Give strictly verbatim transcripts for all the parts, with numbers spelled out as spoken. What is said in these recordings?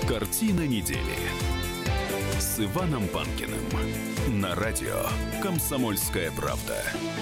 Картина недели с Иваном Панкиным на радио «Комсомольская правда».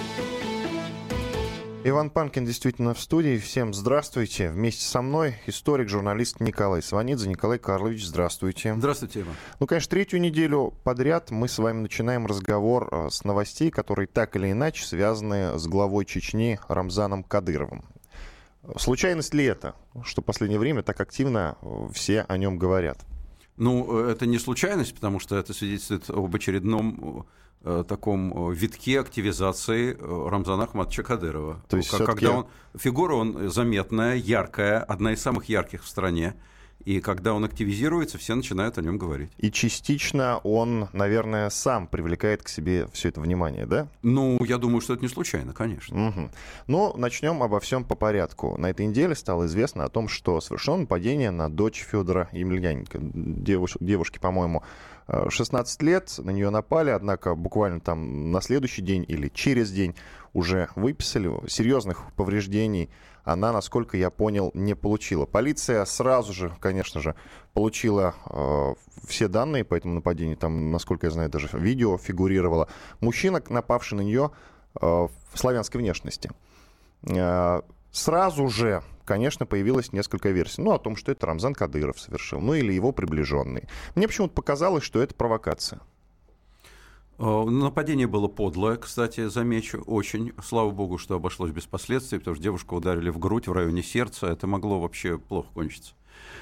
Иван Панкин действительно в студии. Всем здравствуйте. Вместе со мной историк, журналист Николай Сванидзе. Николай Карлович, здравствуйте. Здравствуйте, Иван. Ну, конечно, третью неделю подряд мы с вами начинаем разговор с новостей, которые так или иначе связаны с главой Чечни Рамзаном Кадыровым. Случайность ли это, что в последнее время так активно все о нем говорят? Ну, это не случайность, потому что это свидетельствует об очередном э, таком витке активизации Рамзана Ахматовича Кадырова. То есть Когда всё-таки... он, фигура он заметная, яркая, одна из самых ярких в стране. И когда он активизируется, все начинают о нем говорить. И частично он, наверное, сам привлекает к себе все это внимание, да? Ну, я думаю, что это не случайно, конечно. Угу. Ну, начнем обо всем по порядку. На этой неделе стало известно о том, что совершено нападение на дочь Федора Емельяненко. Девуш... Девушке, по-моему, шестнадцать лет, на нее напали, однако буквально там на следующий день или через день уже выписали. Серьезных повреждений она, насколько я понял, не получила. Полиция сразу же, конечно же, получила э, все данные по этому нападению. Там, насколько я знаю, даже видео фигурировало. Мужчина, напавший на нее, э, славянской внешности. Э, сразу же, конечно, появилось несколько версий. Ну, о том, что это Рамзан Кадыров совершил, ну, или его приближенные. Мне почему-то показалось, что это провокация. Нападение было подлое, кстати, замечу, очень. Слава богу, что обошлось без последствий, потому что девушку ударили в грудь, в районе сердца. Это могло вообще плохо кончиться.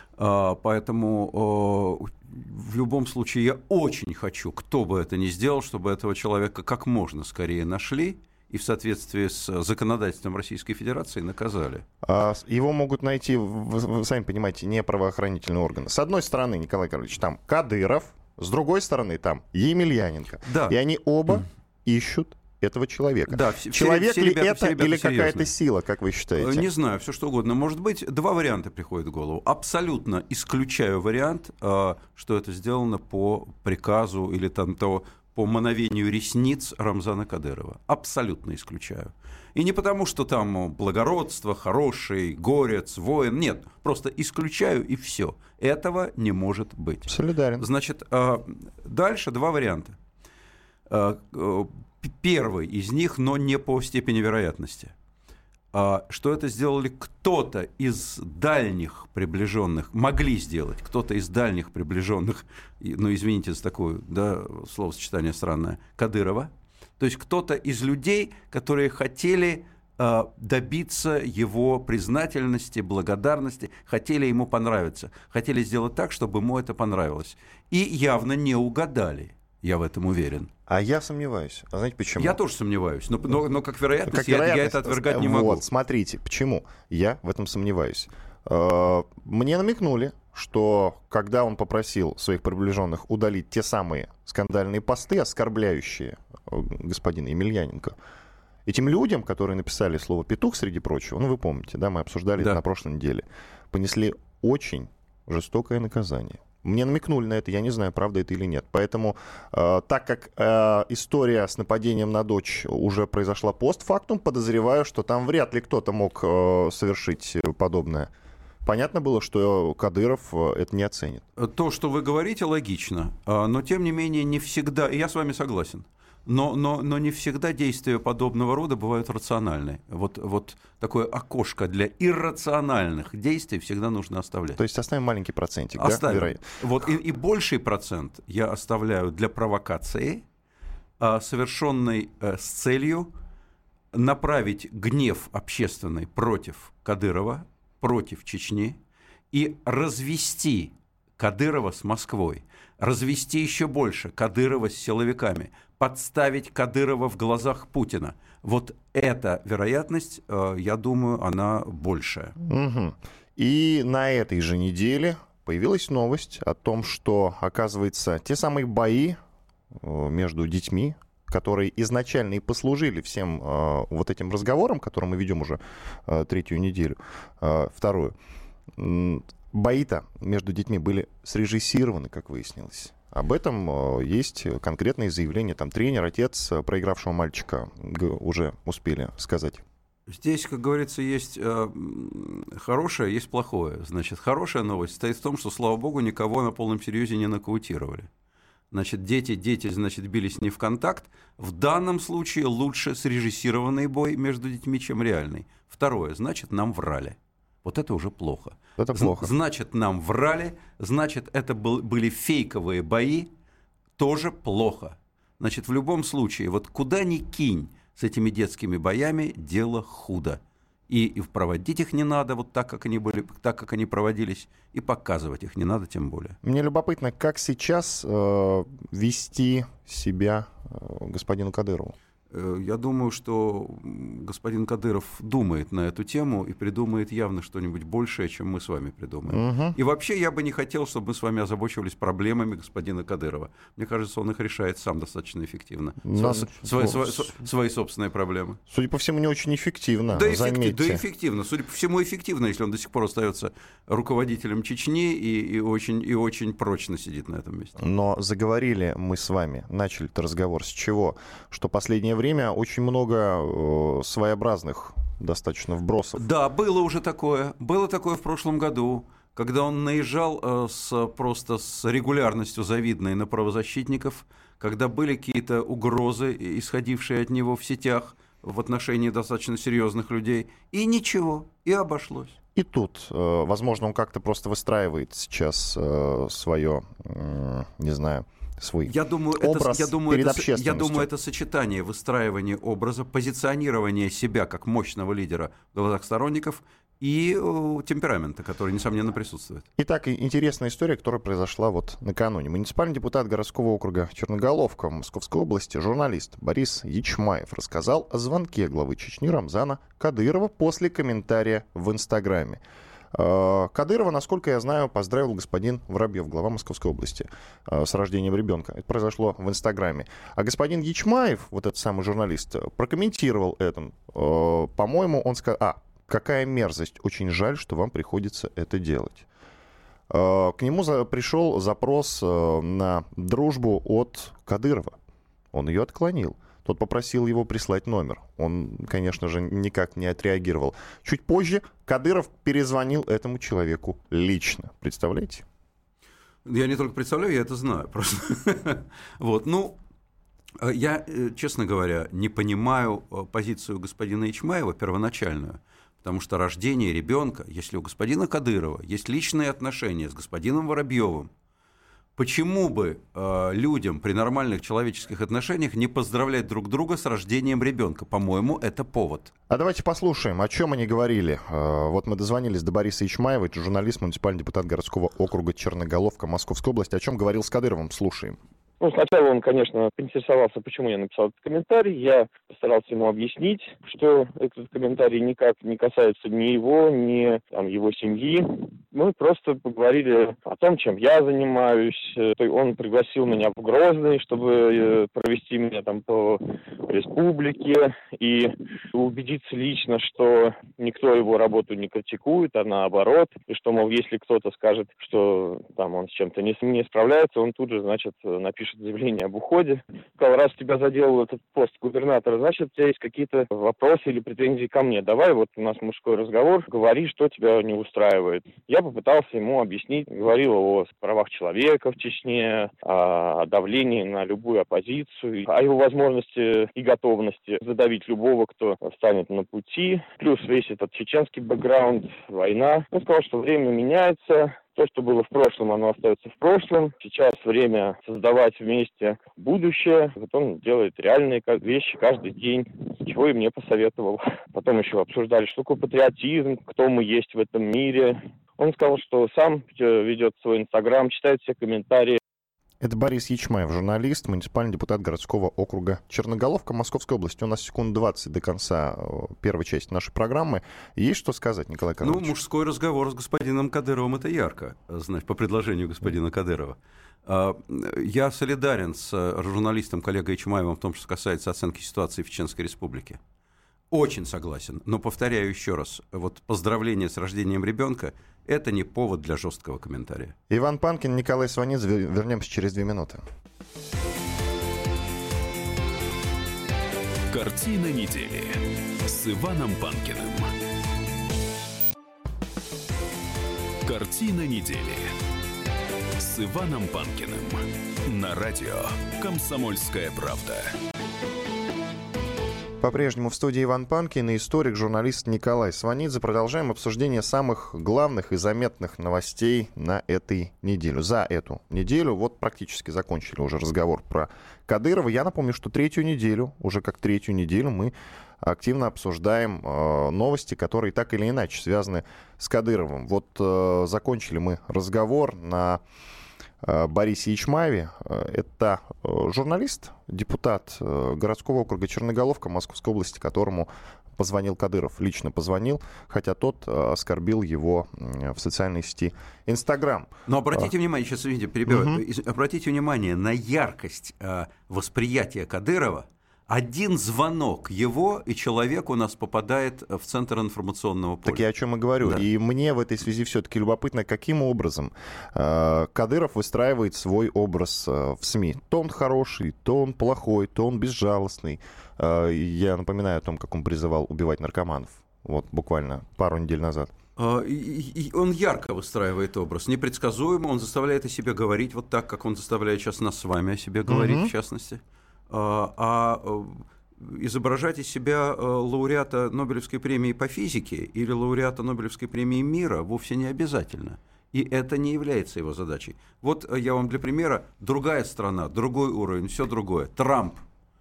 Поэтому в любом случае я очень хочу, кто бы это ни сделал, чтобы этого человека как можно скорее нашли и в соответствии с законодательством Российской Федерации наказали. Его могут найти, вы сами понимаете, не правоохранительные органы. С одной стороны, Николай Карлович, там Кадыров, с другой стороны, там Емельяненко. Да. И они оба mm. ищут этого человека. Да, все, Человек все, ли все ребята, это или какая-то сила, как вы считаете? Не знаю, все что угодно. Может быть, два варианта приходят в голову. Абсолютно исключаю вариант, что это сделано по приказу или там, то, по мановению ресниц Рамзана Кадырова. Абсолютно исключаю. И не потому, что там благородство, хороший, горец, воин. Нет, просто исключаю и все. Этого не может быть. Солидарен. Значит, дальше два варианта. Первый из них, но не по степени вероятности. Что это сделали кто-то из дальних приближенных, могли сделать кто-то из дальних приближенных, ну, извините за такое, да, словосочетание странное, Кадырова. То есть кто-то из людей, которые хотели э, добиться его признательности, благодарности, хотели ему понравиться, хотели сделать так, чтобы ему это понравилось. И явно не угадали, я в этом уверен. А я сомневаюсь. А знаете почему? Я тоже сомневаюсь, но, но, но как вероятность, как вероятность я, я это отвергать не могу. Вот, смотрите, почему я в этом сомневаюсь. Мне намекнули, что когда он попросил своих приближенных удалить те самые скандальные посты, оскорбляющие господина Емельяненко, этим людям, которые написали слово «петух», среди прочего, ну, вы помните, да, мы обсуждали да. это на прошлой неделе, понесли очень жестокое наказание. Мне намекнули на это, я не знаю, правда это или нет. Поэтому, э, так как э, история с нападением на дочь уже произошла постфактум, подозреваю, что там вряд ли кто-то мог э, совершить подобное. Понятно было, что Кадыров это не оценит. То, что вы говорите, логично, но тем не менее не всегда, и я с вами согласен, но, но, но не всегда действия подобного рода бывают рациональны. Вот, вот такое окошко для иррациональных действий всегда нужно оставлять. То есть оставим маленький процентик, оставим. Да? Вот, и, и больший процент я оставляю для провокации, совершенной с целью направить гнев общественный против Кадырова, против Чечни и развести Кадырова с Москвой, развести еще больше Кадырова с силовиками, подставить Кадырова в глазах Путина. Вот эта вероятность, я думаю, она большая. Угу. И на этой же неделе появилась новость о том, что, оказывается, те самые бои между детьми, которые изначально и послужили всем э, вот этим разговорам, которые мы ведем уже э, третью неделю, э, вторую, э, бои-то между детьми были срежиссированы, как выяснилось. Об этом э, есть конкретные заявления. Там тренер, отец проигравшего мальчика г- уже успели сказать. Здесь, как говорится, есть э, хорошее, есть плохое. Значит, хорошая новость состоит в том, что, слава богу, никого на полном серьезе не нокаутировали. Значит, дети, дети, значит, бились не в контакт. В данном случае лучше срежиссированный бой между детьми, чем реальный. Второе, значит, нам врали. Вот это уже плохо. Это плохо. Значит, нам врали, значит, это был, были фейковые бои, тоже плохо. Значит, в любом случае, вот куда ни кинь с этими детскими боями, дело худо. И, и проводить их не надо вот так, как они были, так, как они проводились, и показывать их не надо тем более. Мне любопытно, как сейчас э, вести себя э, господину Кадырову? Я думаю, что господин Кадыров думает на эту тему и придумает явно что-нибудь большее, чем мы с вами придумаем. Угу. И вообще я бы не хотел, чтобы мы с вами озабочивались проблемами господина Кадырова. Мне кажется, он их решает сам достаточно эффективно. Но... Свои, свои, свои собственные проблемы. Судя по всему, не очень эффективно, да, заметьте. Эффектив, да, эффективно. Судя по всему, эффективно, если он до сих пор остается руководителем Чечни и, и, очень, и очень прочно сидит на этом месте. Но заговорили мы с вами, начали этот разговор с чего? Что последнее время время очень много э, своеобразных достаточно вбросов. Да, было уже такое. Было такое в прошлом году, когда он наезжал э, с, просто с регулярностью завидной на правозащитников, когда были какие-то угрозы, исходившие от него в сетях в отношении достаточно серьезных людей. И ничего, и обошлось. И тут, э, возможно, он как-то просто выстраивает сейчас э, свое, э, не знаю... свой я думаю, образ это, я думаю, перед это, общественностью. Я думаю, это сочетание выстраивания образа, позиционирования себя как мощного лидера в глазах сторонников и э, темперамента, который, несомненно, присутствует. Итак, интересная история, которая произошла вот накануне. Муниципальный депутат городского округа Черноголовка Московской области, журналист Борис Ячмаев рассказал о звонке главы Чечни Рамзана Кадырова после комментария в Инстаграме. Кадырова, насколько я знаю, поздравил господин Воробьев, глава Московской области, с рождением ребенка. Это произошло в Инстаграме. А господин Ячмаев, вот этот самый журналист, прокомментировал это. По-моему, он сказал: а, какая мерзость, очень жаль, что вам приходится это делать. К нему пришел запрос на дружбу от Кадырова. Он ее отклонил. Тот попросил его прислать номер. Он, конечно же, никак не отреагировал. Чуть позже Кадыров перезвонил этому человеку лично. Представляете? Я не только представляю, я это знаю просто. Вот, ну, я, честно говоря, не понимаю позицию господина Ячмаева первоначальную. Потому что рождение ребенка, если у господина Кадырова есть личные отношения с господином Воробьевым, почему бы э, людям при нормальных человеческих отношениях не поздравлять друг друга с рождением ребенка? По-моему, это повод. А давайте послушаем, о чем они говорили. Э, вот мы дозвонились до Бориса Ячмаева, это журналист, муниципальный депутат городского округа Черноголовка Московской области. О чем говорил с Кадыровым? Слушаем. Ну, сначала он, конечно, поинтересовался, почему я написал этот комментарий. Я постарался ему объяснить, что этот комментарий никак не касается ни его, ни там, его семьи. Мы просто поговорили о том, чем я занимаюсь. Он пригласил меня в Грозный, чтобы провести меня там по республике и убедиться лично, что никто его работу не критикует, а наоборот. И что, мол, если кто-то скажет, что там он с чем-то не, не справляется, он тут же, значит, напишет заявление об уходе. Сказал: раз тебя задел этот пост губернатора, значит, у тебя есть какие-то вопросы или претензии ко мне. Давай, вот у нас мужской разговор, говори, что тебя не устраивает. Я попытался ему объяснить, говорил о правах человека в Чечне, о давлении на любую оппозицию, о его возможности и готовности задавить любого, кто встанет на пути. Плюс весь этот чеченский бэкграунд, война. Он сказал, что время меняется. То, что было в прошлом, оно остается в прошлом. Сейчас время создавать вместе будущее. Вот он делает реальные вещи каждый день, чего и мне посоветовал. Потом еще обсуждали, что такое патриотизм, кто мы есть в этом мире. Он сказал, что сам ведет свой Инстаграм, читает все комментарии. Это Борис Ячмаев, журналист, муниципальный депутат городского округа Черноголовка Московской области. У нас секунд двадцать до конца первой части нашей программы. Есть что сказать, Николай Карлович? Ну, мужской разговор с господином Кадыровым — это ярко, значит, по предложению господина Кадырова. Я солидарен с журналистом, коллегой Ячмаевым в том, что касается оценки ситуации в Чеченской Республике. Очень согласен, но повторяю еще раз, вот поздравление с рождением ребенка — это не повод для жесткого комментария. Иван Панкин, Николай Сванидзе. Вернемся через две минуты. Картина недели с Иваном Панкиным. Картина недели с Иваном Панкиным на радио «Комсомольская правда». По-прежнему в студии Иван Панкин и историк, журналист Николай Сванидзе. Продолжаем обсуждение самых главных и заметных новостей на этой неделе. За эту неделю вот практически закончили уже разговор про Кадырова. Я напомню, что третью неделю, уже как третью неделю мы активно обсуждаем э, новости, которые так или иначе связаны с Кадыровым. Вот э, закончили мы разговор на Борисе Ичмаеве. Это журналист, депутат городского округа Черноголовка Московской области, которому позвонил Кадыров, лично позвонил, хотя тот оскорбил его в социальной сети Инстаграм. Но обратите а... внимание, сейчас, видите, перебиваю, угу. обратите внимание на яркость восприятия Кадырова. Один звонок его, и человек у нас попадает в центр информационного поля. Так я о чем и говорю. Да. И мне в этой связи все-таки любопытно, каким образом э, Кадыров выстраивает свой образ э, в СМИ. То он хороший, то он плохой, то он безжалостный. Э, я напоминаю о том, как он призывал убивать наркоманов. Вот буквально пару недель назад. И он ярко выстраивает образ, непредсказуемо, он заставляет о себе говорить вот так, как он заставляет сейчас нас с вами о себе говорить, угу. в частности. А изображать из себя лауреата Нобелевской премии по физике или лауреата Нобелевской премии мира вовсе не обязательно. И это не является его задачей. Вот я вам для примера, другая страна, другой уровень, все другое. Трамп.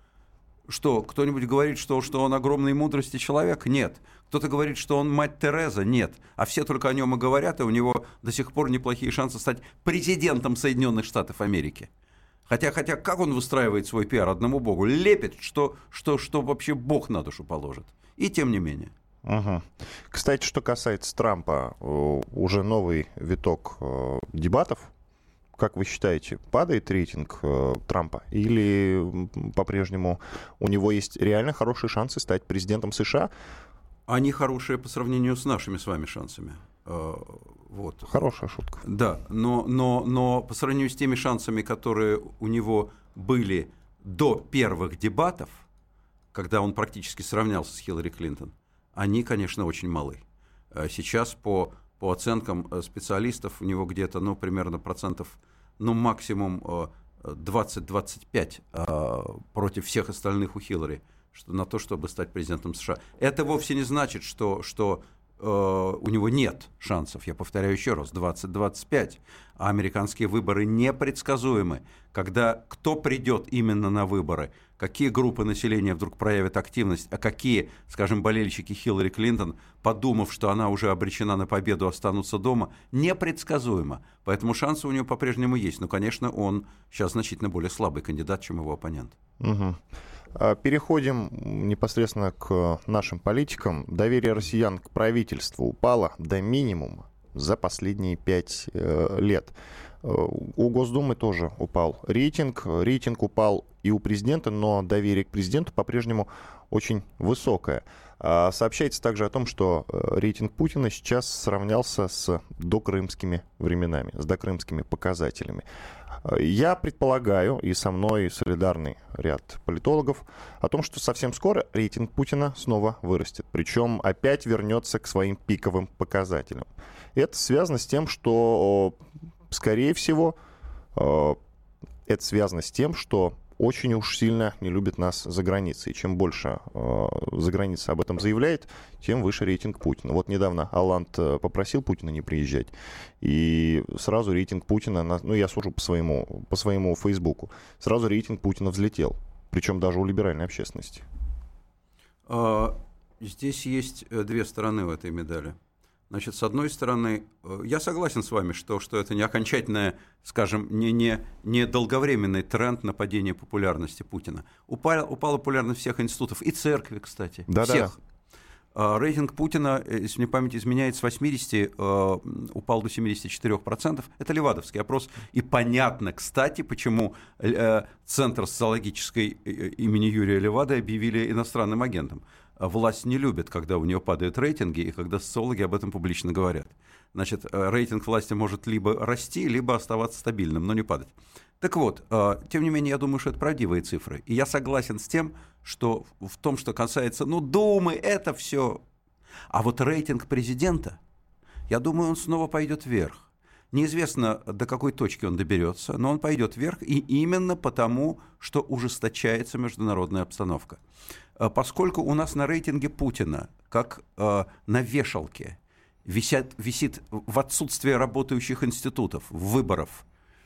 Что, кто-нибудь говорит, что, что он огромной мудрости человек? Нет. Кто-то говорит, что он мать Тереза? Нет. А все только о нем и говорят, и у него до сих пор неплохие шансы стать президентом Соединенных Штатов Америки. Хотя, хотя как он выстраивает свой пиар, одному богу, лепит, что, что, что вообще бог на душу положит. И тем не менее. Угу. Кстати, что касается Трампа, уже новый виток дебатов. Как вы считаете, падает рейтинг Трампа? Или по-прежнему у него есть реально хорошие шансы стать президентом США? Они хорошие по сравнению с нашими с вами шансами. Вот. Хорошая шутка. Да, но, но, но по сравнению с теми шансами, которые у него были до первых дебатов, когда он практически сравнялся с Хиллари Клинтон, они, конечно, очень малы. Сейчас по, по оценкам специалистов у него где-то, ну, примерно процентов, ну, максимум двадцать-двадцать пять против всех остальных у Хиллари, что, на то, чтобы стать президентом США. Это вовсе не значит, что... что у него нет шансов, я повторяю еще раз, двадцать-двадцать пять, а американские выборы непредсказуемы. Когда кто придет именно на выборы, какие группы населения вдруг проявят активность, а какие, скажем, болельщики Хиллари Клинтон, подумав, что она уже обречена на победу, останутся дома, непредсказуемо. Поэтому шансы у него по-прежнему есть. Но, конечно, он сейчас значительно более слабый кандидат, чем его оппонент. Угу. Переходим непосредственно к нашим политикам. Доверие россиян к правительству упало до минимума за последние пять э, лет. У Госдумы тоже упал рейтинг. Рейтинг упал и у президента, но доверие к президенту по-прежнему очень высокое. Сообщается также о том, что рейтинг Путина сейчас сравнялся с докрымскими временами, с докрымскими показателями. Я предполагаю, и со мной солидарный ряд политологов, о том, что совсем скоро рейтинг Путина снова вырастет. Причем опять вернется к своим пиковым показателям. Это связано с тем, что, скорее всего, это связано с тем, что очень уж сильно не любит нас за границей. И чем больше э, за границей об этом заявляет, тем выше рейтинг Путина. Вот недавно Олланд попросил Путина не приезжать, и сразу рейтинг Путина, на, ну я сужу по своему, по своему Фейсбуку, сразу рейтинг Путина взлетел, причем даже у либеральной общественности. Здесь есть две стороны в этой медали. Значит, с одной стороны, я согласен с вами, что, что это не окончательное, скажем, не, не, не долговременный тренд на падение популярности Путина. Упала, упала популярность всех институтов, и церкви, кстати, да, всех. Да. Рейтинг Путина, если мне память изменяет, с восьмидесяти упал до семидесяти четырёх процентов. Это левадовский опрос. И понятно, кстати, почему Центр социологической имени Юрия Левады объявили иностранным агентом. Власть не любит, когда у нее падают рейтинги, и когда социологи об этом публично говорят. Значит, рейтинг власти может либо расти, либо оставаться стабильным, но не падать. Так вот, тем не менее, я думаю, что это правдивые цифры. И я согласен с тем, что в том, что касается, ну, Думы, это все. А вот рейтинг президента, я думаю, он снова пойдет вверх. Неизвестно, до какой точки он доберется, но он пойдет вверх, и именно потому, что ужесточается международная обстановка. Поскольку у нас на рейтинге Путина, как э, на вешалке, висят, висит в отсутствие работающих институтов, выборов,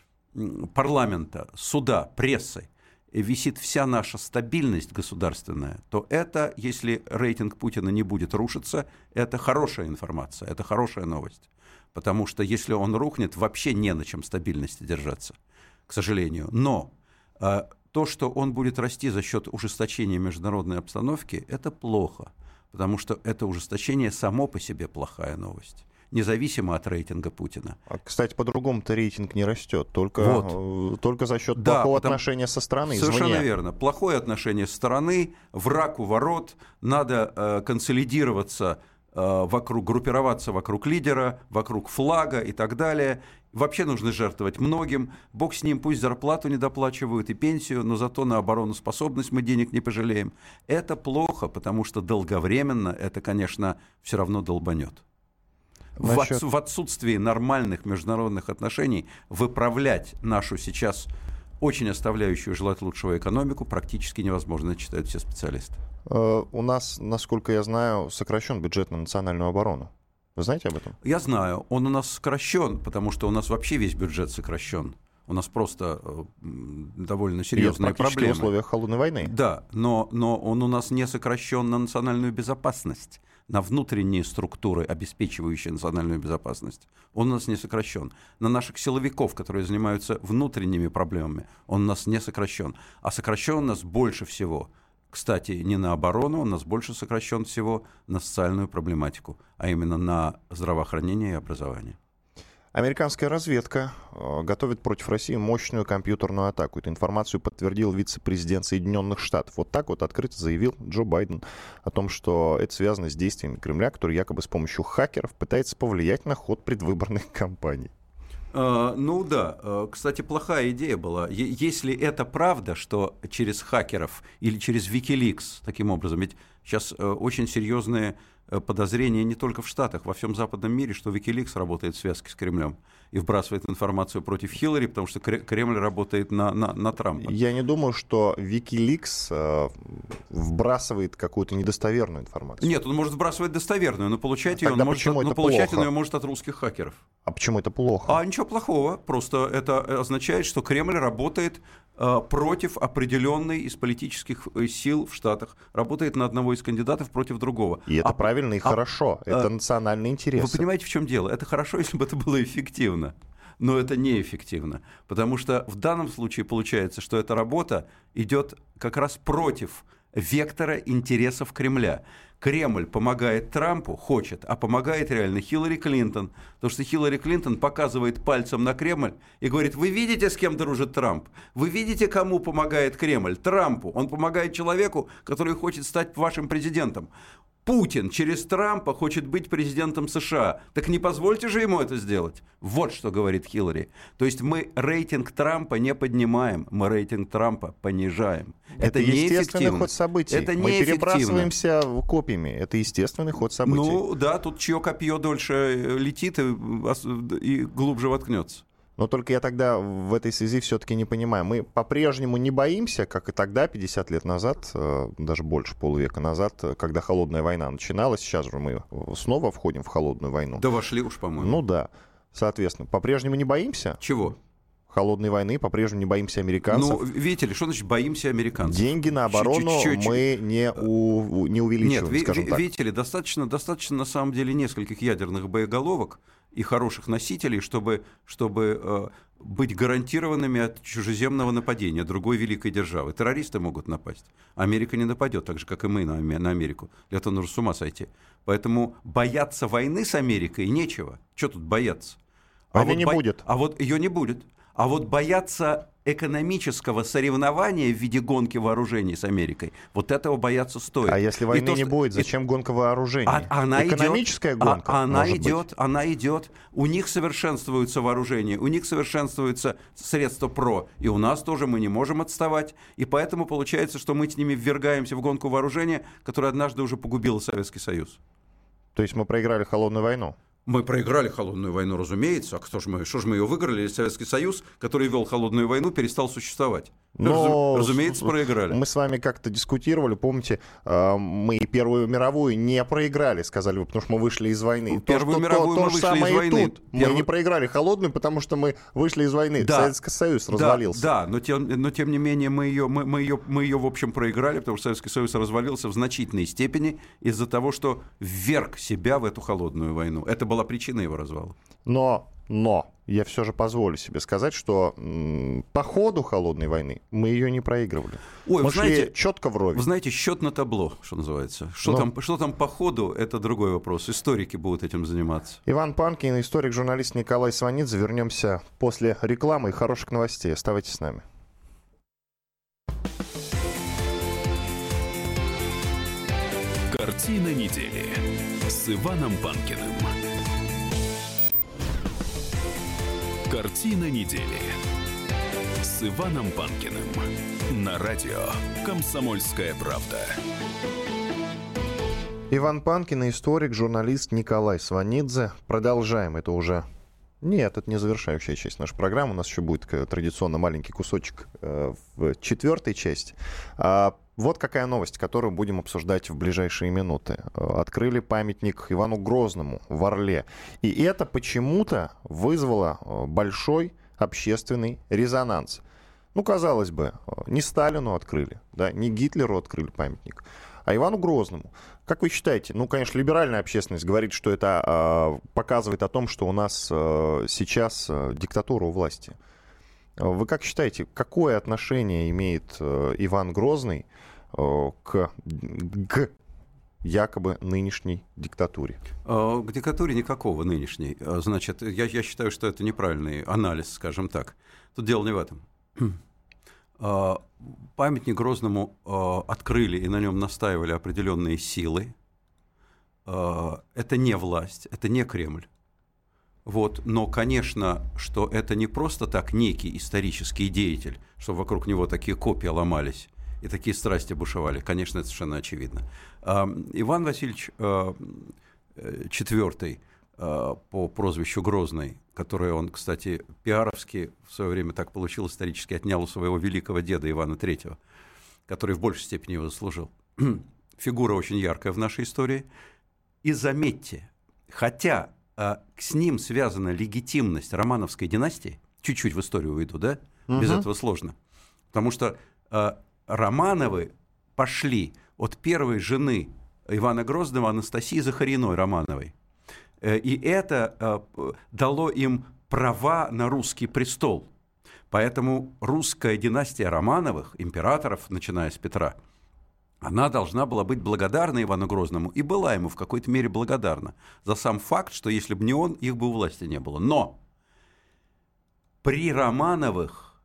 парламента, суда, прессы, висит вся наша стабильность государственная, то это, если рейтинг Путина не будет рушиться, это хорошая информация, это хорошая новость. Потому что если он рухнет, вообще не на чем стабильности держаться, к сожалению. Но э, то, что он будет расти за счет ужесточения международной обстановки, это плохо. Потому что это ужесточение само по себе плохая новость, независимо от рейтинга Путина. А, кстати, по-другому-то рейтинг не растет, только, вот. только за счет да, плохого потому... отношения со стороны, Совершенно извне. верно. Плохое отношение со стороны, враг у ворот, надо э, консолидироваться вокруг, группироваться вокруг лидера, вокруг флага и так далее. Вообще нужно жертвовать многим. Бог с ним, пусть зарплату не доплачивают и пенсию, но зато на обороноспособность мы денег не пожалеем. Это плохо, потому что долговременно это, конечно, все равно долбанет. Насчет... В, в отсутствии нормальных международных отношений выправлять нашу сейчас очень оставляющую желать лучшего экономику практически невозможно, считают все специалисты. У нас, насколько я знаю, сокращен бюджет на национальную оборону. Вы знаете об этом? Я знаю. Он у нас сокращен, потому что у нас вообще весь бюджет сокращен. У нас просто довольно серьезные проблемы. В условиях холодной войны. Да, но, но он у нас не сокращен на национальную безопасность, на внутренние структуры, обеспечивающие национальную безопасность. Он у нас не сокращен. На наших силовиков, которые занимаются внутренними проблемами, он у нас не сокращен. А сокращен у нас больше всего. Кстати, не на оборону, у нас больше сокращен всего на социальную проблематику, а именно на здравоохранение и образование. Американская разведка готовит против России мощную компьютерную атаку. Эту информацию подтвердил вице-президент Соединенных Штатов. Вот так вот открыто заявил Джо Байден о том, что это связано с действиями Кремля, который якобы с помощью хакеров пытается повлиять на ход предвыборных кампаний. Uh, ну да, uh, кстати, плохая идея была. Е- если это правда, что через хакеров или через Wikileaks, таким образом, ведь сейчас uh, очень серьезные uh, подозрения не только в Штатах, во всем западном мире, что Wikileaks работает в связке с Кремлем и вбрасывает информацию против Хиллари, потому что Кремль работает на, на, на Трампа. Я не думаю, что Wikileaks э, вбрасывает какую-то недостоверную информацию. Нет, он может вбрасывать достоверную, но получать ее, Тогда он может, но получать он ее может от русских хакеров. А почему это плохо? А ничего плохого, просто это означает, что Кремль работает э, против определенной из политических сил в Штатах, работает на одного из кандидатов против другого. И это а, правильно и а, хорошо, а, это национальный интерес. Вы понимаете, в чем дело? Это хорошо, если бы это было эффективно. Но это неэффективно, потому что в данном случае получается, что эта работа идет как раз против вектора интересов Кремля. Кремль помогает Трампу, хочет, а помогает реально Хиллари Клинтон. Потому что Хиллари Клинтон показывает пальцем на Кремль и говорит: вы видите, с кем дружит Трамп? Вы видите, кому помогает Кремль? Трампу. Он помогает человеку, который хочет стать вашим президентом. Путин через Трампа хочет быть президентом США. Так не позвольте же ему это сделать. Вот что говорит Хиллари. То есть мы рейтинг Трампа не поднимаем, мы рейтинг Трампа понижаем. Это, это естественный ход событий. Это мы перебрасываемся копьями. Это естественный ход событий. Ну да, тут чье копье дольше летит и, и глубже воткнется. Но только я тогда в этой связи все-таки не понимаю. Мы по-прежнему не боимся, как и тогда, пятьдесят лет назад, даже больше полувека назад, когда холодная война начиналась. Сейчас же мы снова входим в холодную войну. Да вошли уж, по-моему. Ну да. Соответственно, по-прежнему не боимся? Чего? Холодной войны, по-прежнему не боимся американцев. Ну, видите ли, что значит боимся американцев? Деньги на оборону Чуть-чуть. мы не, у, не увеличиваем, Нет, скажем ви- так. Видите ли, достаточно, достаточно на самом деле нескольких ядерных боеголовок и хороших носителей, чтобы, чтобы э, быть гарантированными от чужеземного нападения другой великой державы. Террористы могут напасть. Америка не нападет, так же, как и мы на, на Америку. Для этого нужно с ума сойти. Поэтому бояться войны с Америкой нечего. Что тут бояться? Войны а вот не бо... будет. А вот ее не будет. А вот бояться экономического соревнования в виде гонки вооружений с Америкой, вот этого бояться стоит. А если войны то, не что... будет, зачем гонка вооружений? А, она Экономическая идет, гонка, а, она может идет, быть. она идет. У них совершенствуются вооружения, у них совершенствуются средства ПРО, и у нас тоже мы не можем отставать. И поэтому получается, что мы с ними ввергаемся в гонку вооружения, которая однажды уже погубила Советский Союз. То есть мы проиграли холодную войну? Мы проиграли холодную войну, разумеется. А кто ж мы, что же мы ее выиграли? Советский Союз, который вел холодную войну, перестал существовать. Но, разумеется, проиграли. Мы с вами как-то дискутировали, помните, мы Первую мировую не проиграли, сказали вы, потому что мы вышли из войны. Первую то, мировую то, мы то же вышли самое из войны. И тут. Перв... Мы не проиграли холодную, потому что мы вышли из войны. Да. Советский Союз развалился. Да, да, но, тем, но тем не менее мы ее, мы, мы, ее, мы ее, в общем, проиграли, потому что Советский Союз развалился в значительной степени из-за того, что вверг себя в эту холодную войну. Это была причина его развала. Но, но, я все же позволю себе сказать, что м, по ходу холодной войны мы ее не проигрывали. Ой, мы вы знаете, шли четко вровень. Вы знаете, счет на табло, что называется. Что, Но... там, что там по ходу, это другой вопрос. Историки будут этим заниматься. Иван Панкин, историк, журналист Николай Сванидзе. Вернемся после рекламы и хороших новостей. Оставайтесь с нами. Картина недели с Иваном Панкиным. Картина недели с Иваном Панкиным на радио «Комсомольская правда». Иван Панкин, историк, журналист Николай Сванидзе. Продолжаем. Это уже... Нет, это не завершающая часть нашей программы. У нас еще будет традиционно маленький кусочек э, в четвертой части. А, вот какая новость, которую будем обсуждать в ближайшие минуты. Открыли памятник Ивану Грозному в Орле. И это почему-то вызвало большой общественный резонанс. Ну, казалось бы, не Сталину открыли, да, не Гитлеру открыли памятник, а Ивану Грозному. Как вы считаете? Ну, конечно, либеральная общественность говорит, что это э, показывает о том, что у нас э, сейчас э, диктатура у власти. Вы как считаете, какое отношение имеет э, Иван Грозный э, к, к якобы нынешней диктатуре? К диктатуре никакого нынешней. Значит, я, я считаю, что это неправильный анализ, скажем так. Тут дело не в этом. Памятник Грозному открыли и на нем настаивали определенные силы. Это не власть, это не Кремль. Вот. Но, конечно, что это не просто так некий исторический деятель, чтобы вокруг него такие копья ломались и такие страсти бушевали. Конечно, это совершенно очевидно. Иван Васильевич четвёртый по прозвищу Грозный, которое он, кстати, пиаровски в свое время так получил исторически, отнял у своего великого деда Ивана третьего, который в большей степени его заслужил. Фигура очень яркая в нашей истории. И заметьте, хотя а, с ним связана легитимность Романовской династии, чуть-чуть в историю уйду, да? Uh-huh. Без этого сложно. Потому что а, Романовы пошли от первой жены Ивана Грозного, Анастасии Захариной Романовой. И это э, дало им права на русский престол. Поэтому русская династия Романовых, императоров, начиная с Петра, она должна была быть благодарна Ивану Грозному и была ему в какой-то мере благодарна за сам факт, что если бы не он, их бы у власти не было. Но при Романовых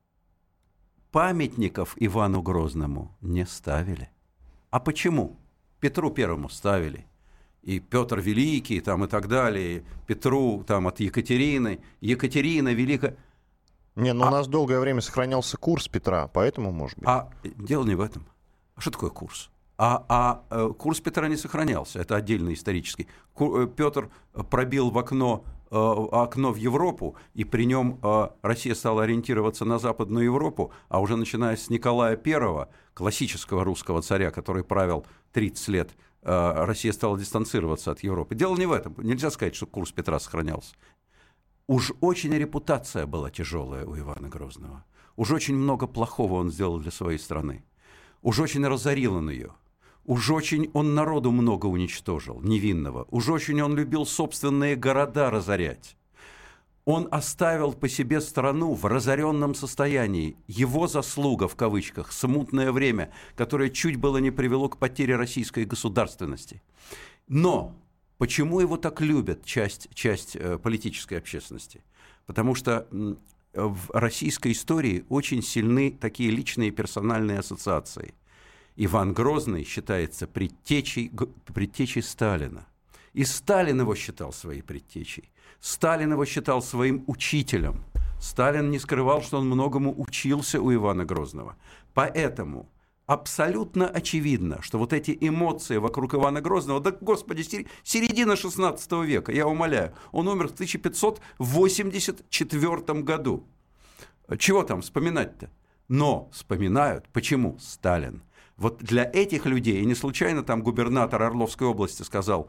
памятников Ивану Грозному не ставили. А почему? Петру Первому ставили. И Петр Великий, там, и так далее, Петру там, от Екатерины, Екатерина Великая. Не, ну а, у нас долгое время сохранялся курс Петра, поэтому, может быть. А дело не в этом. А что такое курс? А, а, а курс Петра не сохранялся, это отдельно исторический. Петр пробил в окно, окно в Европу, и при нем Россия стала ориентироваться на Западную Европу, а уже начиная с Николая Первого, классического русского царя, который правил тридцать лет, Россия стала дистанцироваться от Европы. Дело не в этом. Нельзя сказать, что курс Петра сохранялся. Уж очень репутация была тяжелая у Ивана Грозного. Уж очень много плохого он сделал для своей страны. Уж очень разорил он ее. Уж очень он народу много уничтожил, невинного. Уж очень он любил собственные города разорять. Он оставил по себе страну в разоренном состоянии. Его заслуга, в кавычках, смутное время, которое чуть было не привело к потере российской государственности. Но почему его так любят часть, часть э, политической общественности? Потому что м, в российской истории очень сильны такие личные персональные ассоциации. Иван Грозный считается предтечей, предтечей Сталина. И Сталин его считал своей предтечей. Сталин его считал своим учителем. Сталин не скрывал, что он многому учился у Ивана Грозного. Поэтому абсолютно очевидно, что вот эти эмоции вокруг Ивана Грозного, да, господи, середина шестнадцатого века, я умоляю, он умер в тысяча пятьсот восемьдесят четвёртом году. Чего там вспоминать-то? Но вспоминают. Почему? Сталин. Вот для этих людей, и не случайно там губернатор Орловской области сказал,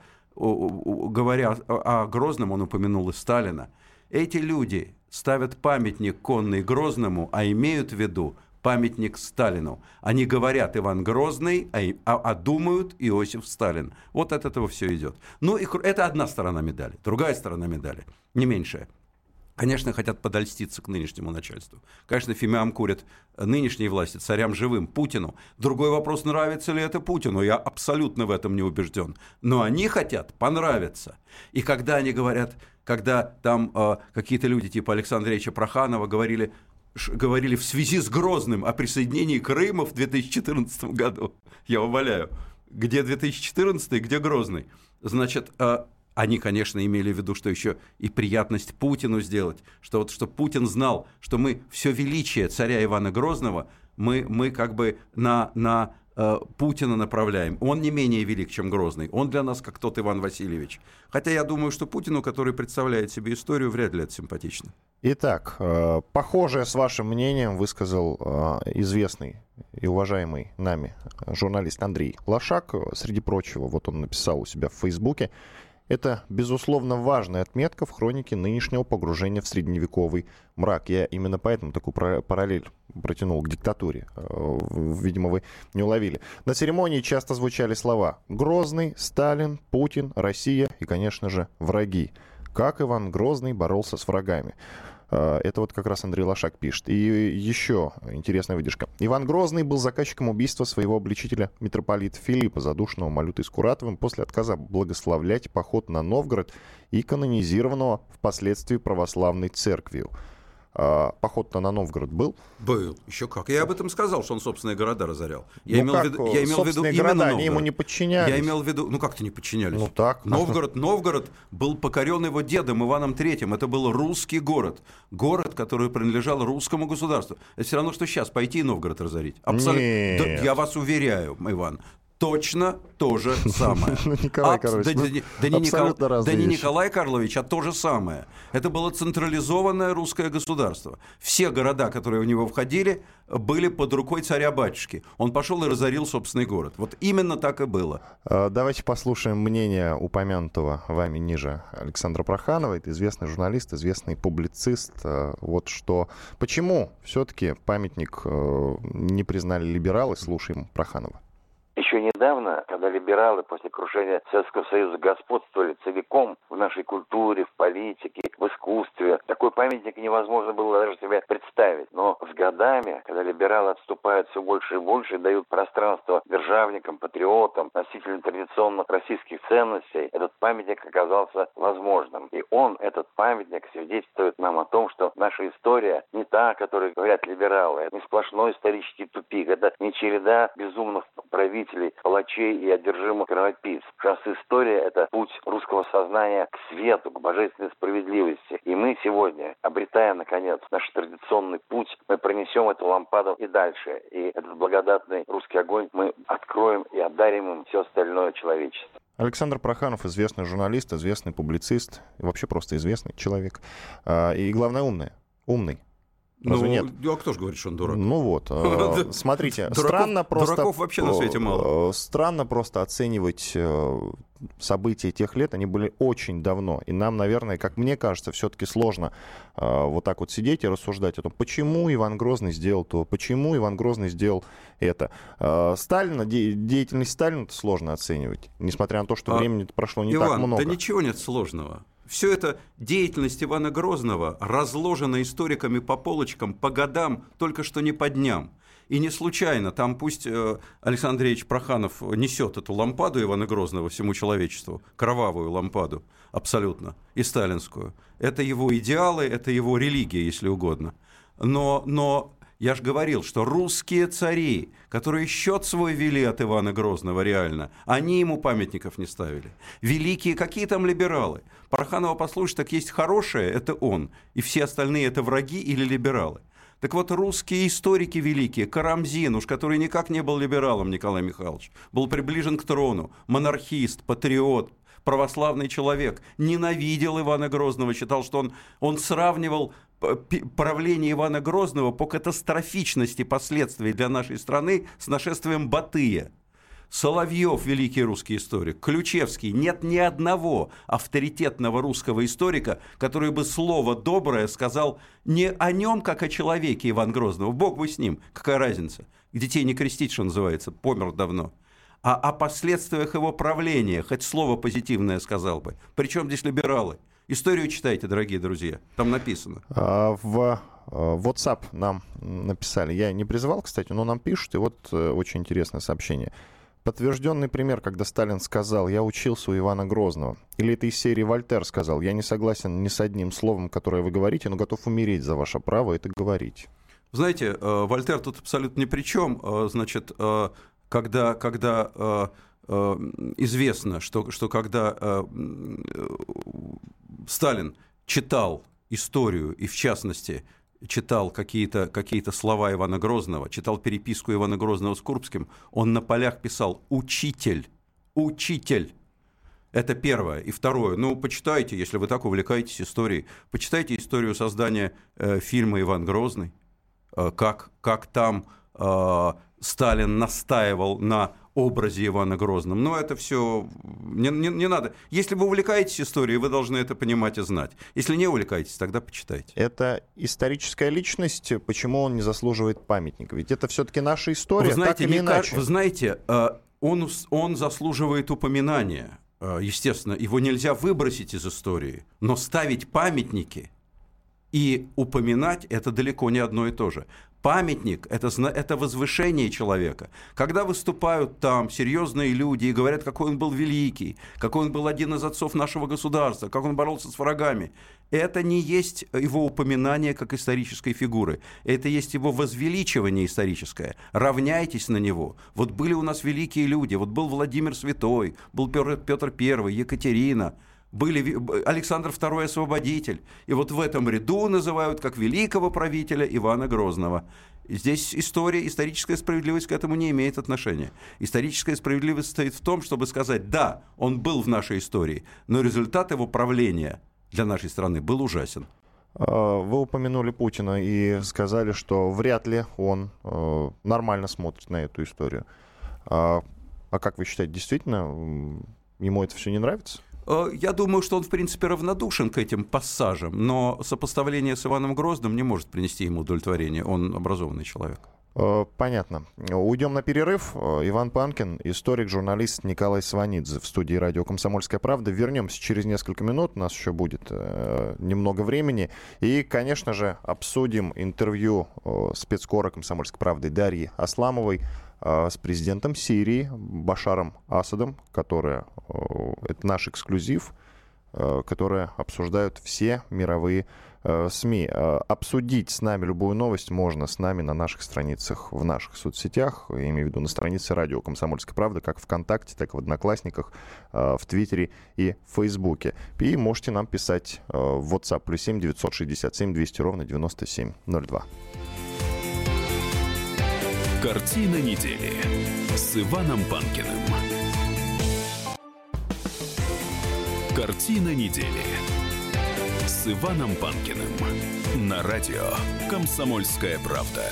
говоря о Грозном, он упомянул и Сталина, эти люди ставят памятник конный Грозному, а имеют в виду памятник Сталину. Они говорят Иван Грозный, а, а, а думают Иосиф Сталин. Вот от этого все идет. Ну, и это одна сторона медали. Другая сторона медали, не меньшая. Конечно, хотят подольститься к нынешнему начальству. Конечно, фимиам курят нынешней власти, царям живым, Путину. Другой вопрос, нравится ли это Путину. Я абсолютно в этом не убежден. Но они хотят понравиться. И когда они говорят, когда там э, какие-то люди типа Александра Ильича Проханова говорили, ш, говорили в связи с Грозным о присоединении Крыма в две тысячи четырнадцатом году, я умоляю, где две тысячи четырнадцатый, где Грозный? Значит, э, они, конечно, имели в виду, что еще и приятность Путину сделать, что вот что Путин знал, что мы все величие царя Ивана Грозного, мы, мы как бы на, на э, Путина направляем. Он не менее велик, чем Грозный. Он для нас как тот Иван Васильевич. Хотя я думаю, что Путину, который представляет себе историю, вряд ли это симпатично. Итак, э, похожее с вашим мнением высказал э, известный и уважаемый нами журналист Андрей Лошак. Среди прочего, вот он написал у себя в Фейсбуке: это, безусловно, важная отметка в хронике нынешнего погружения в средневековый мрак. Я именно поэтому такую параллель протянул к диктатуре. Видимо, вы не уловили. На церемонии часто звучали слова «Грозный», «Сталин», «Путин», «Россия» и, конечно же, «враги». Как Иван Грозный боролся с врагами. Это вот как раз Андрей Лошак пишет. И еще интересная выдержка. Иван Грозный был заказчиком убийства своего обличителя митрополита Филиппа, задушенного Малютой Скуратовым, после отказа благословлять поход на Новгород и канонизированного впоследствии православной церковью. А, поход-то на Новгород был? Был, еще как. Я об этом сказал, что он собственные города разорял. Я ну имел как, в виду, я имел в виду города, именно они ему не подчинялись. Я имел в виду, ну как-то не подчинялись. Ну так. Новгород, Новгород был покорен его дедом Иваном Третьим. Это был русский город. Город, который принадлежал русскому государству. Это все равно, что сейчас пойти и Новгород разорить. Абсолютно. Да, я вас уверяю, Иван. Точно то же самое. Николай Карлович, да не Николай Карлович, а то же самое. Это было централизованное русское государство. Все города, которые в него входили, были под рукой царя-батюшки. Он пошел и разорил собственный город. Вот именно так и было. Давайте послушаем мнение упомянутого вами ниже Александра Проханова. Это известный журналист, известный публицист. Вот что... Почему все-таки памятник не признали либералы? Слушаем Проханова. Еще недавно, когда либералы после крушения Советского Союза господствовали целиком в нашей культуре, в политике, в искусстве, такой памятник невозможно было даже себе представить. Но с годами, когда либералы отступают все больше и больше и дают пространство державникам, патриотам, носителям традиционных российских ценностей, этот памятник оказался возможным. И он, этот памятник, свидетельствует нам о том, что наша история не та, о которой говорят либералы. Это не сплошной исторический тупик, это не череда безумных правителей, палачей и одержимых кровопийц. Сейчас история — это путь русского сознания к свету, к божественной справедливости. И мы сегодня, обретая, наконец, наш традиционный путь, мы пронесем эту лампаду и дальше. И этот благодатный русский огонь мы откроем и одарим им все остальное человечество. Александр Проханов, известный журналист, известный публицист, вообще просто известный человек. И, главное, умный. Умный. Разве ну, нет? А кто же говорит, что он дурак? Ну вот, э, смотрите, дураков, странно просто... Дураков вообще на свете мало. Странно просто оценивать э, события тех лет, они были очень давно. И нам, наверное, как мне кажется, все-таки сложно э, вот так вот сидеть и рассуждать о том, почему Иван Грозный сделал то, почему Иван Грозный сделал это. Э, Сталина, де- деятельность Сталина сложно оценивать, несмотря на то, что а, времени прошло не Иван, так много. да ничего нет сложного. все это деятельность Ивана Грозного разложена историками по полочкам, по годам, только что не по дням. И не случайно, там пусть Александр Андреевич Проханов несет эту лампаду Ивана Грозного всему человечеству, кровавую лампаду абсолютно, и сталинскую. Это его идеалы, это его религия, если угодно. Но, но я же говорил, что русские цари, которые счет свой вели от Ивана Грозного реально, они ему памятников не ставили. Великие, какие там либералы? Проханова послушать, так есть хорошее, это он, и все остальные это враги или либералы. Так вот, русские историки великие, Карамзин, уж который никак не был либералом, Николай Михайлович, был приближен к трону, монархист, патриот, православный человек, ненавидел Ивана Грозного, считал, что он, он сравнивал правление Ивана Грозного по катастрофичности последствий для нашей страны с нашествием Батыя. Соловьев, великий русский историк, Ключевский, нет ни одного авторитетного русского историка, который бы слово доброе сказал не о нем, как о человеке Ивана Грозного, бог бы с ним, какая разница, детей не крестить, что называется, помер давно, а о последствиях его правления, хоть слово позитивное сказал бы. Причем здесь либералы? Историю читайте, дорогие друзья, там написано. А, в WhatsApp нам написали, я не призывал, кстати, но нам пишут, и вот очень интересное сообщение. Подтвержденный пример, когда Сталин сказал: «Я учился у Ивана Грозного». Или это из серии Вольтер сказал: «Я не согласен ни с одним словом, которое вы говорите, но готов умереть за ваше право это говорить». Знаете, Вольтер тут абсолютно ни при чем. Значит, когда, когда известно, что, что когда Сталин читал историю, и в частности читал какие-то, какие-то слова Ивана Грозного, читал переписку Ивана Грозного с Курбским, он на полях писал «учитель», «учитель». Это первое. И второе, ну, почитайте, если вы так увлекаетесь историей, почитайте историю создания э, фильма «Иван Грозный», э, как, как там э, Сталин настаивал на образе Ивана Грозного. Но это все не, не, не надо. Если вы увлекаетесь историей, вы должны это понимать и знать. Если не увлекаетесь, тогда почитайте. Это историческая личность. Почему он не заслуживает памятника? Ведь это все-таки наша история, вы знаете, так или не иначе. Как, вы знаете, он, он заслуживает упоминания. Естественно, его нельзя выбросить из истории. Но ставить памятники и упоминать – это далеко не одно и то же. Памятник – это, это возвышение человека. Когда выступают там серьезные люди и говорят, какой он был великий, какой он был один из отцов нашего государства, как он боролся с врагами, это не есть его упоминание как исторической фигуры. Это есть его возвеличивание историческое. Равняйтесь на него. Вот были у нас великие люди. Вот был Владимир Святой, был Петр Первый, Екатерина. Были Александр Второй Освободитель. И вот в этом ряду называют как великого правителя Ивана Грозного. Здесь история, историческая справедливость к этому не имеет отношения. Историческая справедливость стоит в том, чтобы сказать: да, он был в нашей истории, но результат его правления для нашей страны был ужасен. Вы упомянули Путина и сказали, что вряд ли он нормально смотрит на эту историю. А как вы считаете, действительно, ему это все не нравится? Я думаю, что он, в принципе, равнодушен к этим пассажам, но сопоставление с Иваном Грозным не может принести ему удовлетворение. Он образованный человек. Понятно. Уйдем на перерыв. Иван Панкин, историк, журналист Николай Сванидзе в студии радио «Комсомольская правда». Вернемся через несколько минут. У нас еще будет э, немного времени. И, конечно же, обсудим интервью э, спецкора «Комсомольской правды» Дарьи Асламовой э, с президентом Сирии Башаром Асадом, которая, э, это наш эксклюзив, э, которые обсуждают все мировые СМИ. Обсудить с нами любую новость можно с нами на наших страницах, в наших соцсетях, я имею в виду на странице радио «Комсомольская правда», как ВКонтакте, так и в Одноклассниках, в Твиттере и Фейсбуке. И можете нам писать в WhatsApp плюс семь девятьсот шестьдесят семь двести ровно девяносто семь ноль два. Картина недели с Иваном Панкиным. Картина недели с Иваном Панкиным на радио «Комсомольская правда».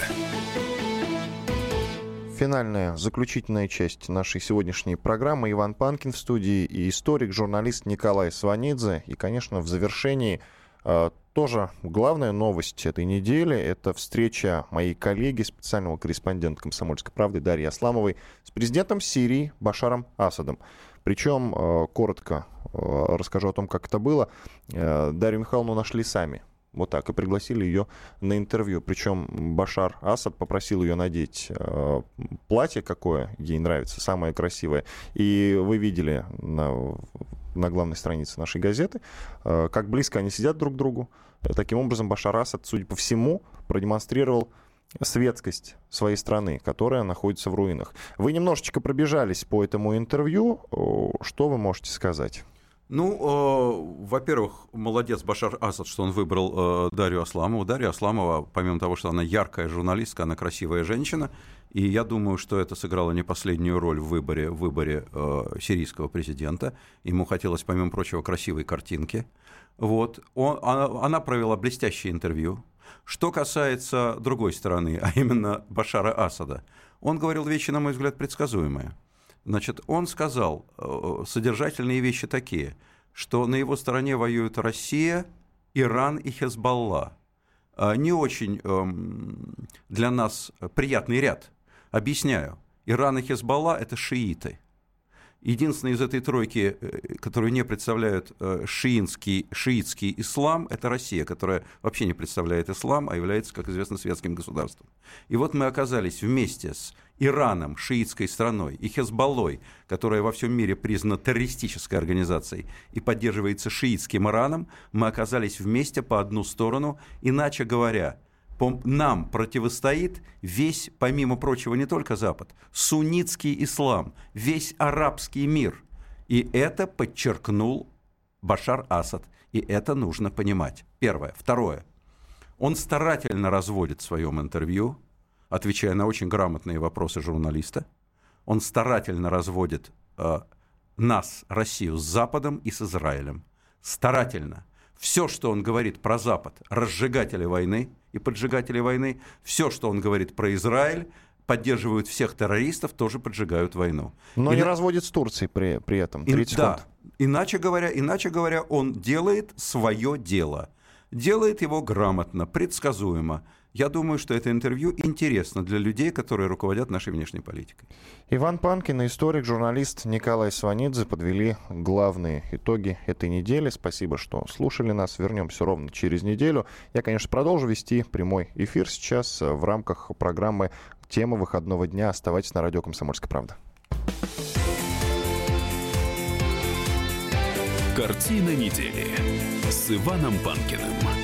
Финальная, заключительная часть нашей сегодняшней программы. Иван Панкин в студии и историк, журналист Николай Сванидзе. И, конечно, в завершении э, тоже главная новость этой недели – это встреча моей коллеги, специального корреспондента «Комсомольской правды» Дарьи Асламовой с президентом Сирии Башаром Асадом. Причем, э, коротко э, расскажу о том, как это было. Э, Дарью Михайловну нашли сами. Вот так, и пригласили ее на интервью. Причем Башар Асад попросил ее надеть э, платье, какое ей нравится, самое красивое. И вы видели на, на главной странице нашей газеты, э, как близко они сидят друг к другу. Таким образом, Башар Асад, судя по всему, продемонстрировал светскость своей страны, которая находится в руинах. Вы немножечко пробежались по этому интервью. Что вы можете сказать? Ну, э, во-первых, молодец Башар Асад, что он выбрал э, Дарью Асламову. Дарья Асламова, помимо того, что она яркая журналистка, она красивая женщина, и я думаю, что это сыграло не последнюю роль в выборе, в выборе э, сирийского президента. Ему хотелось, помимо прочего, красивой картинки. Вот. Он, она, она провела блестящее интервью. Что касается другой стороны, а именно Башара Асада, он говорил вещи, на мой взгляд, предсказуемые. Значит, он сказал э, содержательные вещи такие, что на его стороне воюют Россия, Иран и Хезболла. Э, не очень э, для нас приятный ряд. Объясняю. Иран и Хезболла – это шииты. Единственный из этой тройки, которую не представляют шиитский, шиитский ислам, это Россия, которая вообще не представляет ислам, а является, как известно, светским государством. И вот мы оказались вместе с Ираном, шиитской страной, и Хезболлой, которая во всем мире признана террористической организацией и поддерживается шиитским Ираном, мы оказались вместе по одну сторону, иначе говоря, нам противостоит весь, помимо прочего, не только Запад, суннитский ислам, весь арабский мир. И это подчеркнул Башар Асад. И это нужно понимать. Первое. Второе. Он старательно разводит в своем интервью, отвечая на очень грамотные вопросы журналиста, он старательно разводит э, нас, Россию, с Западом и с Израилем. Старательно. Все, что он говорит про Запад, разжигатели войны и поджигатели войны, все, что он говорит про Израиль, поддерживают всех террористов, тоже поджигают войну. Но и не на... разводит с Турцией при, при этом. тридцать и, да, секунд. Иначе говоря, иначе говоря, он делает свое дело. Делает его грамотно, предсказуемо. Я думаю, что это интервью интересно для людей, которые руководят нашей внешней политикой. Иван Панкин и историк, журналист Николай Сванидзе подвели главные итоги этой недели. Спасибо, что слушали нас. Вернемся ровно через неделю. Я, конечно, продолжу вести прямой эфир сейчас в рамках программы «Тема выходного дня». Оставайтесь на радио «Комсомольская правда». Картина недели с Иваном Панкиным.